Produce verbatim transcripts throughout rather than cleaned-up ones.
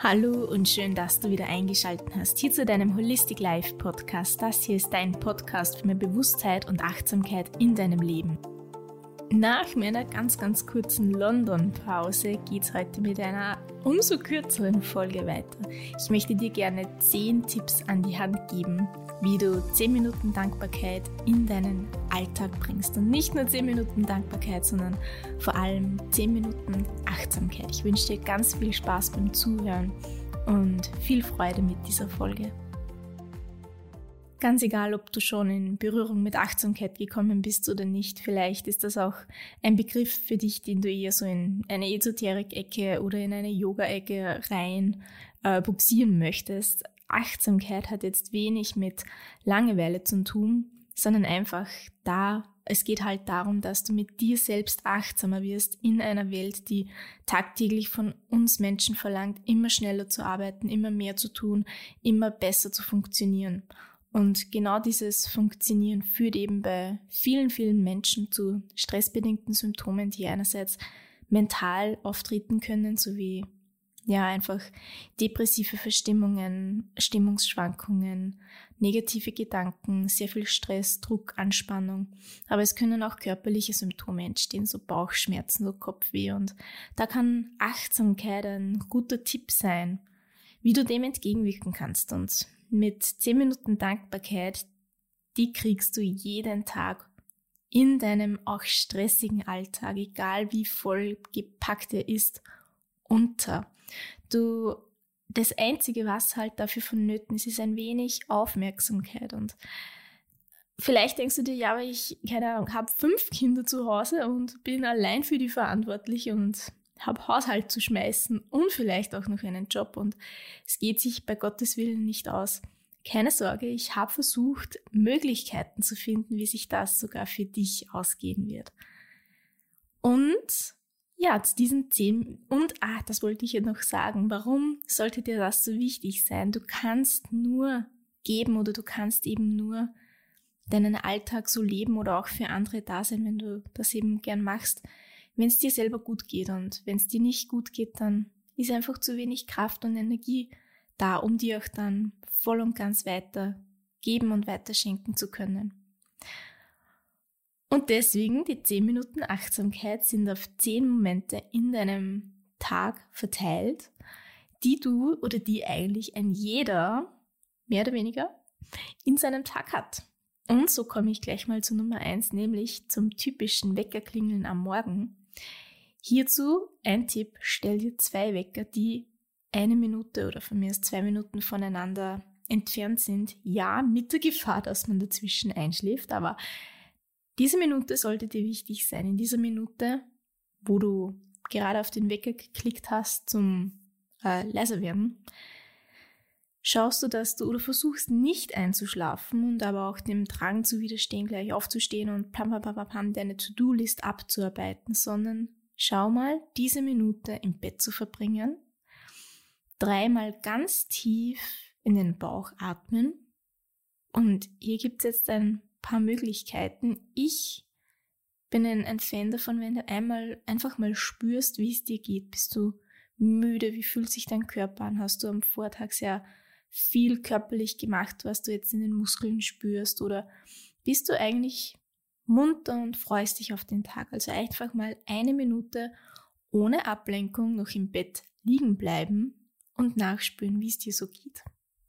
Hallo und schön, dass du wieder eingeschaltet hast hier zu deinem Holistic Life Podcast. Das hier ist dein Podcast für mehr Bewusstheit und Achtsamkeit in deinem Leben. Nach meiner ganz, ganz kurzen London-Pause geht es heute mit einer umso kürzeren Folge weiter. Ich möchte dir gerne zehn Tipps an die Hand geben, wie du zehn Minuten Dankbarkeit in deinen Alltag bringst. Und nicht nur zehn Minuten Dankbarkeit, sondern vor allem zehn Minuten Achtsamkeit. Ich wünsche dir ganz viel Spaß beim Zuhören und viel Freude mit dieser Folge. Ganz egal, ob du schon in Berührung mit Achtsamkeit gekommen bist oder nicht, vielleicht ist das auch ein Begriff für dich, den du eher so in eine Esoterik-Ecke oder in eine Yoga-Ecke rein äh, buxieren möchtest. Achtsamkeit hat jetzt wenig mit Langeweile zu tun, sondern einfach da, es geht halt darum, dass du mit dir selbst achtsamer wirst in einer Welt, die tagtäglich von uns Menschen verlangt, immer schneller zu arbeiten, immer mehr zu tun, immer besser zu funktionieren. Und genau dieses Funktionieren führt eben bei vielen, vielen Menschen zu stressbedingten Symptomen, die einerseits mental auftreten können, sowie ja einfach depressive Verstimmungen, Stimmungsschwankungen, negative Gedanken, sehr viel Stress, Druck, Anspannung. Aber es können auch körperliche Symptome entstehen, so Bauchschmerzen, so Kopfweh. Und da kann Achtsamkeit ein guter Tipp sein, wie du dem entgegenwirken kannst. Und mit zehn Minuten Dankbarkeit, die kriegst du jeden Tag in deinem auch stressigen Alltag, egal wie voll gepackt er ist, unter. Du, das Einzige, was halt dafür vonnöten ist, ist ein wenig Aufmerksamkeit. Und vielleicht denkst du dir, ja, aber ich, keine Ahnung, habe fünf Kinder zu Hause und bin allein für die verantwortlich und habe Haushalt zu schmeißen und vielleicht auch noch einen Job und es geht sich bei Gottes Willen nicht aus. Keine Sorge, ich habe versucht, Möglichkeiten zu finden, wie sich das sogar für dich ausgehen wird. Und ja, zu diesen zehn, und ah, das wollte ich ja noch sagen, warum sollte dir das so wichtig sein? Du kannst nur geben oder du kannst eben nur deinen Alltag so leben oder auch für andere da sein, wenn du das eben gern machst, wenn es dir selber gut geht. Und wenn es dir nicht gut geht, dann ist einfach zu wenig Kraft und Energie da, um dir auch dann voll und ganz weiter geben und weiter schenken zu können. Und deswegen, die zehn Minuten Achtsamkeit sind auf zehn Momente in deinem Tag verteilt, die du oder die eigentlich ein jeder, mehr oder weniger, in seinem Tag hat. Und so komme ich gleich mal zu Nummer eins, nämlich zum typischen Weckerklingeln am Morgen. Hierzu ein Tipp, stell dir zwei Wecker, die eine Minute oder von mir aus zwei Minuten voneinander entfernt sind. Ja, mit der Gefahr, dass man dazwischen einschläft, aber diese Minute sollte dir wichtig sein. In dieser Minute, wo du gerade auf den Wecker geklickt hast zum äh, leiser werden, schaust du, dass du oder versuchst nicht einzuschlafen und aber auch dem Drang zu widerstehen, gleich aufzustehen und pam, pam, pam, pam, deine To-Do-List abzuarbeiten, sondern schau mal, diese Minute im Bett zu verbringen, dreimal ganz tief in den Bauch atmen und hier gibt es jetzt ein paar Möglichkeiten. Ich bin ein, ein Fan davon, wenn du einmal einfach mal spürst, wie es dir geht. Bist du müde? Wie fühlt sich dein Körper an? Hast du am Vortag sehr viel körperlich gemacht, was du jetzt in den Muskeln spürst? Oder bist du eigentlich munter und freust dich auf den Tag? Also einfach mal eine Minute ohne Ablenkung noch im Bett liegen bleiben und nachspüren, wie es dir so geht.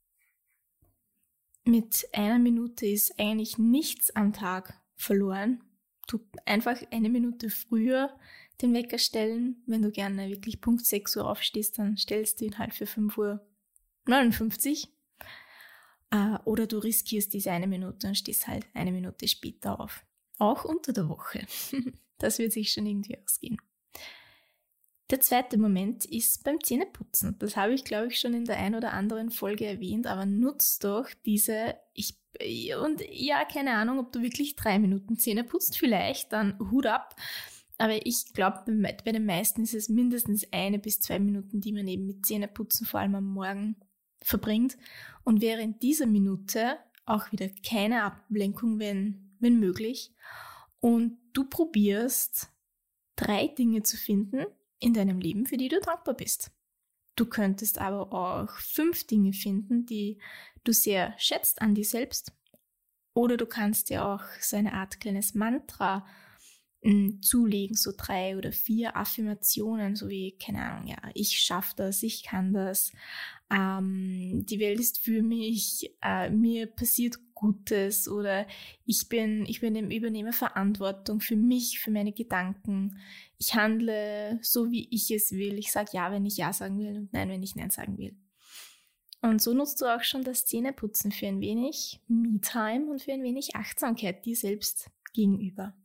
Mit einer Minute ist eigentlich nichts am Tag verloren. Du einfach eine Minute früher den Wecker stellen. Wenn du gerne wirklich Punkt sechs Uhr aufstehst, dann stellst du ihn halt für fünf Uhr neunundfünfzig. Oder du riskierst diese eine Minute und stehst halt eine Minute später auf. Auch unter der Woche. Das wird sich schon irgendwie ausgehen. Der zweite Moment ist beim Zähneputzen. Das habe ich, glaube ich, schon in der ein oder anderen Folge erwähnt, aber nutzt doch diese, ich, und ja, keine Ahnung, ob du wirklich drei Minuten Zähne putzt, vielleicht, dann Hut ab. Aber ich glaube, bei den meisten ist es mindestens eine bis zwei Minuten, die man eben mit Zähneputzen vor allem am Morgen verbringt. Und während dieser Minute auch wieder keine Ablenkung, wenn, wenn möglich. Und du probierst, drei Dinge zu finden in deinem Leben, für die du dankbar bist. Du könntest aber auch fünf Dinge finden, die du sehr schätzt an dir selbst. Oder du kannst dir auch so eine Art kleines Mantra mh, zulegen, so drei oder vier Affirmationen, so wie, keine Ahnung, ja, ich schaffe das, ich kann das, ähm, die Welt ist für mich, äh, mir passiert Gutes oder ich bin, ich bin, übernehme Verantwortung für mich, für meine Gedanken. Ich handle so, wie ich es will. Ich sage ja, wenn ich ja sagen will und nein, wenn ich nein sagen will. Und so nutzt du auch schon das Zähneputzen für ein wenig Me-Time und für ein wenig Achtsamkeit dir selbst gegenüber.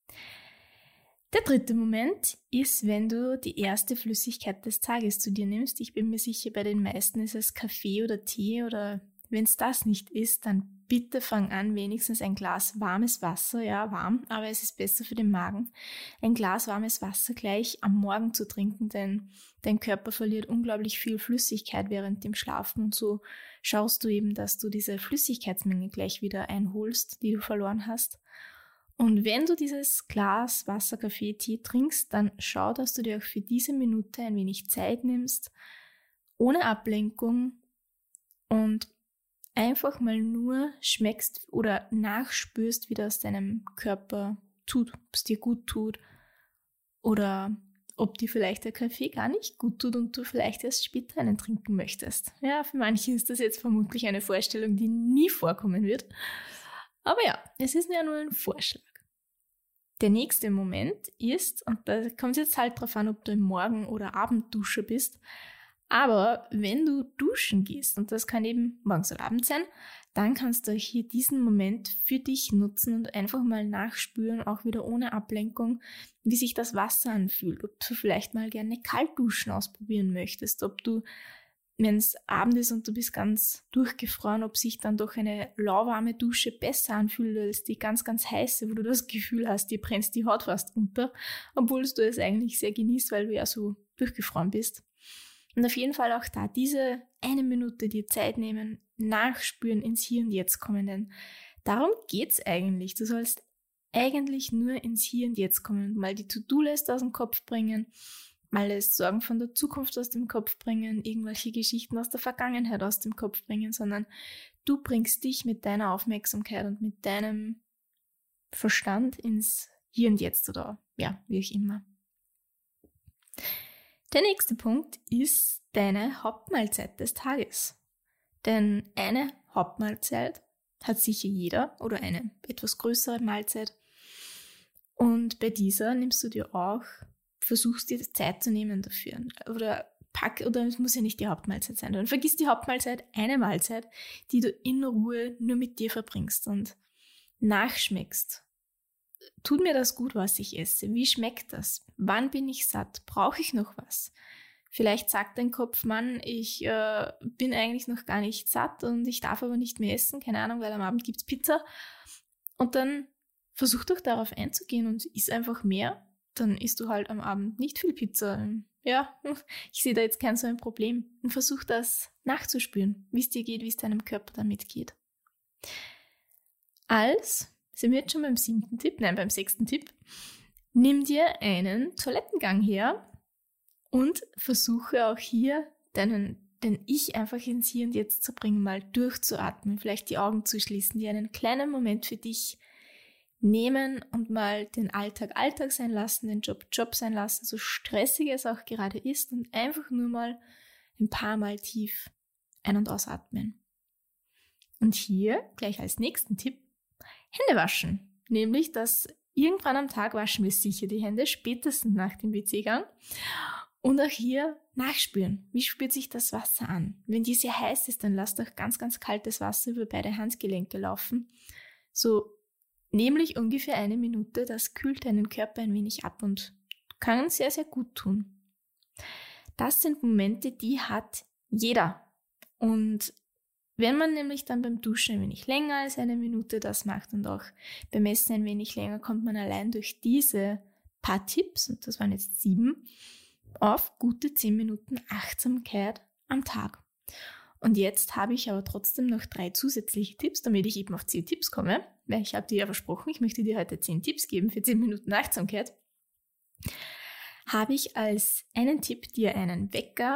Der dritte Moment ist, wenn du die erste Flüssigkeit des Tages zu dir nimmst. Ich bin mir sicher, bei den meisten ist es Kaffee oder Tee oder wenn es das nicht ist, dann bitte fang an, wenigstens ein Glas warmes Wasser, ja warm, aber es ist besser für den Magen, ein Glas warmes Wasser gleich am Morgen zu trinken, denn dein Körper verliert unglaublich viel Flüssigkeit während dem Schlafen und so schaust du eben, dass du diese Flüssigkeitsmenge gleich wieder einholst, die du verloren hast. Und wenn du dieses Glas Wasser, Kaffee, Tee trinkst, dann schau, dass du dir auch für diese Minute ein wenig Zeit nimmst, ohne Ablenkung und einfach mal nur schmeckst oder nachspürst, wie das deinem Körper tut, ob es dir gut tut oder ob dir vielleicht der Kaffee gar nicht gut tut und du vielleicht erst später einen trinken möchtest. Ja, für manche ist das jetzt vermutlich eine Vorstellung, die nie vorkommen wird. Aber ja, es ist ja nur ein Vorschlag. Der nächste Moment ist, und da kommt es jetzt halt drauf an, ob du im Morgen- oder Abendduscher bist, aber wenn du duschen gehst, und das kann eben morgens oder abends sein, dann kannst du hier diesen Moment für dich nutzen und einfach mal nachspüren, auch wieder ohne Ablenkung, wie sich das Wasser anfühlt. Ob du vielleicht mal gerne Kaltduschen ausprobieren möchtest, ob du, wenn es Abend ist und du bist ganz durchgefroren, ob sich dann doch eine lauwarme Dusche besser anfühlt als die ganz, ganz heiße, wo du das Gefühl hast, dir brennt die Haut fast runter, obwohl du es eigentlich sehr genießt, weil du ja so durchgefroren bist. Und auf jeden Fall auch da diese eine Minute dir Zeit nehmen, nachspüren, ins Hier und Jetzt kommen, denn darum geht's eigentlich. Du sollst eigentlich nur ins Hier und Jetzt kommen, mal die To-Do-Liste aus dem Kopf bringen, mal das Sorgen von der Zukunft aus dem Kopf bringen, irgendwelche Geschichten aus der Vergangenheit aus dem Kopf bringen, sondern du bringst dich mit deiner Aufmerksamkeit und mit deinem Verstand ins Hier und Jetzt oder ja, wie auch immer. Der nächste Punkt ist deine Hauptmahlzeit des Tages. Denn eine Hauptmahlzeit hat sicher jeder oder eine etwas größere Mahlzeit. Und bei dieser nimmst du dir auch, versuchst dir Zeit zu nehmen dafür. Oder pack, oder es muss ja nicht die Hauptmahlzeit sein. Dann vergiss die Hauptmahlzeit, eine Mahlzeit, die du in Ruhe nur mit dir verbringst und nachschmeckst. Tut mir das gut, was ich esse? Wie schmeckt das? Wann bin ich satt? Brauche ich noch was? Vielleicht sagt dein Kopf, Mann, ich äh, bin eigentlich noch gar nicht satt und ich darf aber nicht mehr essen, keine Ahnung, weil am Abend gibt's Pizza. Und dann versuch doch darauf einzugehen und iss einfach mehr. Dann isst du halt am Abend nicht viel Pizza. Ja, ich sehe da jetzt kein so ein Problem. Und versuch das nachzuspüren, wie es dir geht, wie es deinem Körper damit geht. Als sind wir jetzt schon beim siebten Tipp, nein, beim sechsten Tipp. Nimm dir einen Toilettengang her und versuche auch hier deinen, den Ich einfach ins Hier und Jetzt zu bringen, mal durchzuatmen, vielleicht die Augen zu schließen, dir einen kleinen Moment für dich nehmen und mal den Alltag Alltag sein lassen, den Job Job sein lassen, so stressig es auch gerade ist und einfach nur mal ein paar Mal tief ein- und ausatmen. Und hier, gleich als nächsten Tipp, Hände waschen. Nämlich, dass irgendwann am Tag waschen wir sicher die Hände, spätestens nach dem W C-Gang. Und auch hier nachspüren. Wie spürt sich das Wasser an? Wenn die sehr heiß ist, dann lass doch ganz, ganz kaltes Wasser über beide Handgelenke laufen. So nämlich ungefähr eine Minute. Das kühlt deinen Körper ein wenig ab und kann sehr, sehr gut tun. Das sind Momente, die hat jeder. Und wenn man nämlich dann beim Duschen ein wenig länger als eine Minute das macht und auch beim Essen ein wenig länger, kommt man allein durch diese paar Tipps, und das waren jetzt sieben, auf gute zehn Minuten Achtsamkeit am Tag. Und jetzt habe ich aber trotzdem noch drei zusätzliche Tipps, damit ich eben auf zehn Tipps komme, weil ich habe dir ja versprochen, ich möchte dir heute zehn Tipps geben für zehn Minuten Achtsamkeit. Habe ich als einen Tipp dir einen Wecker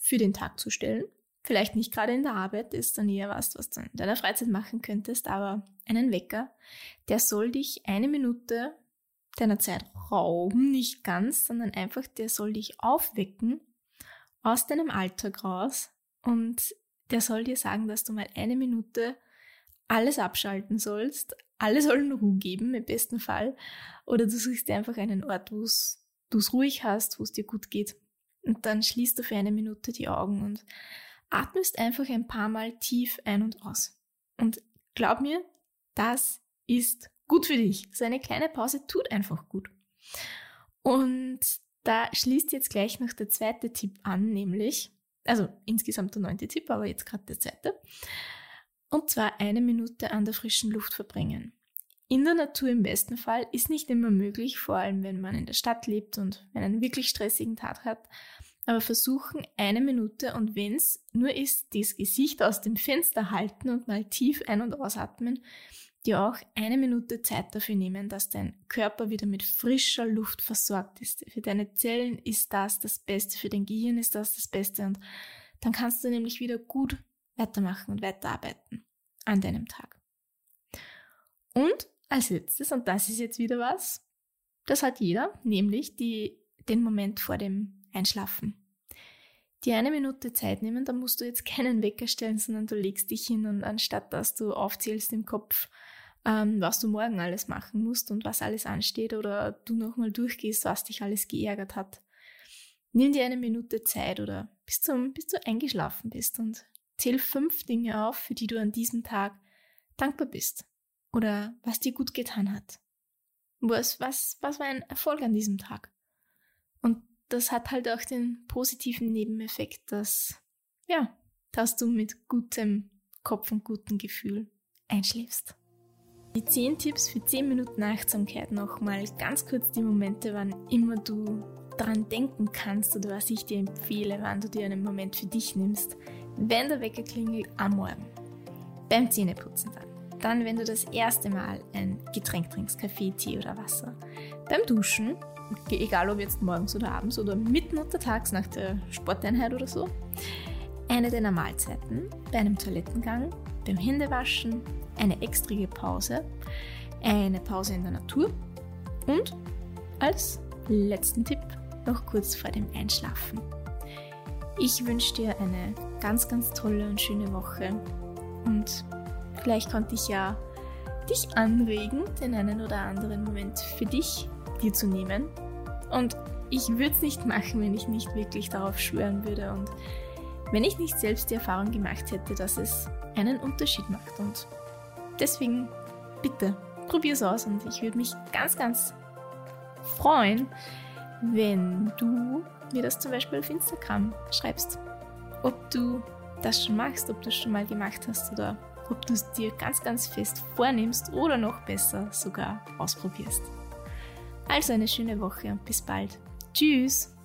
für den Tag zu stellen. Vielleicht nicht gerade in der Arbeit, ist dann eher was, was du in deiner Freizeit machen könntest, aber einen Wecker, der soll dich eine Minute deiner Zeit rauben, nicht ganz, sondern einfach, der soll dich aufwecken aus deinem Alltag raus und der soll dir sagen, dass du mal eine Minute alles abschalten sollst, alles soll Ruhe geben im besten Fall, oder du suchst dir einfach einen Ort, wo du es ruhig hast, wo es dir gut geht und dann schließt du für eine Minute die Augen und atmest einfach ein paar Mal tief ein und aus. Und glaub mir, das ist gut für dich. So eine kleine Pause tut einfach gut. Und da schließt jetzt gleich noch der zweite Tipp an, nämlich, also insgesamt der neunte Tipp, aber jetzt gerade der zweite. Und zwar eine Minute an der frischen Luft verbringen. In der Natur im besten Fall ist nicht immer möglich, vor allem wenn man in der Stadt lebt und wenn einen wirklich stressigen Tag hat. Aber versuchen eine Minute und wenn es nur ist, das Gesicht aus dem Fenster halten und mal tief ein- und ausatmen, dir auch eine Minute Zeit dafür nehmen, dass dein Körper wieder mit frischer Luft versorgt ist. Für deine Zellen ist das das Beste, für dein Gehirn ist das das Beste und dann kannst du nämlich wieder gut weitermachen und weiterarbeiten an deinem Tag. Und als letztes, und das ist jetzt wieder was, das hat jeder, nämlich die, den Moment vor dem Einschlafen. Dir eine Minute Zeit nehmen, dann musst du jetzt keinen Wecker stellen, sondern du legst dich hin und anstatt, dass du aufzählst im Kopf, ähm, was du morgen alles machen musst und was alles ansteht oder du nochmal durchgehst, was dich alles geärgert hat, nimm dir eine Minute Zeit oder bis, zum, bis du eingeschlafen bist und zähl fünf Dinge auf, für die du an diesem Tag dankbar bist oder was dir gut getan hat. Was, was, was war ein Erfolg an diesem Tag? Und das hat halt auch den positiven Nebeneffekt, dass, ja, dass du mit gutem Kopf und gutem Gefühl einschläfst. Die zehn Tipps für zehn Minuten Achtsamkeit nochmal ganz kurz die Momente, wann immer du daran denken kannst oder was ich dir empfehle, wann du dir einen Moment für dich nimmst. Wenn der Wecker klingelt am Morgen, beim Zähneputzen dann, dann wenn du das erste Mal ein Getränk trinkst, Kaffee, Tee oder Wasser, beim Duschen, egal ob jetzt morgens oder abends oder mitten untertags nach der Sporteinheit oder so, eine deiner Mahlzeiten, bei einem Toilettengang, beim Händewaschen, eine extrige Pause, eine Pause in der Natur und als letzten Tipp noch kurz vor dem Einschlafen. Ich wünsche dir eine ganz, ganz tolle und schöne Woche und vielleicht konnte ich ja dich anregen, den einen oder anderen Moment für dich dir zu nehmen. Und ich würde es nicht machen, wenn ich nicht wirklich darauf schwören würde und wenn ich nicht selbst die Erfahrung gemacht hätte, dass es einen Unterschied macht. Und deswegen bitte, probier es aus und ich würde mich ganz, ganz freuen, wenn du mir das zum Beispiel auf Instagram schreibst, ob du das schon machst, ob du es schon mal gemacht hast oder ob du es dir ganz, ganz fest vornimmst oder noch besser sogar ausprobierst. Also eine schöne Woche und bis bald. Tschüss!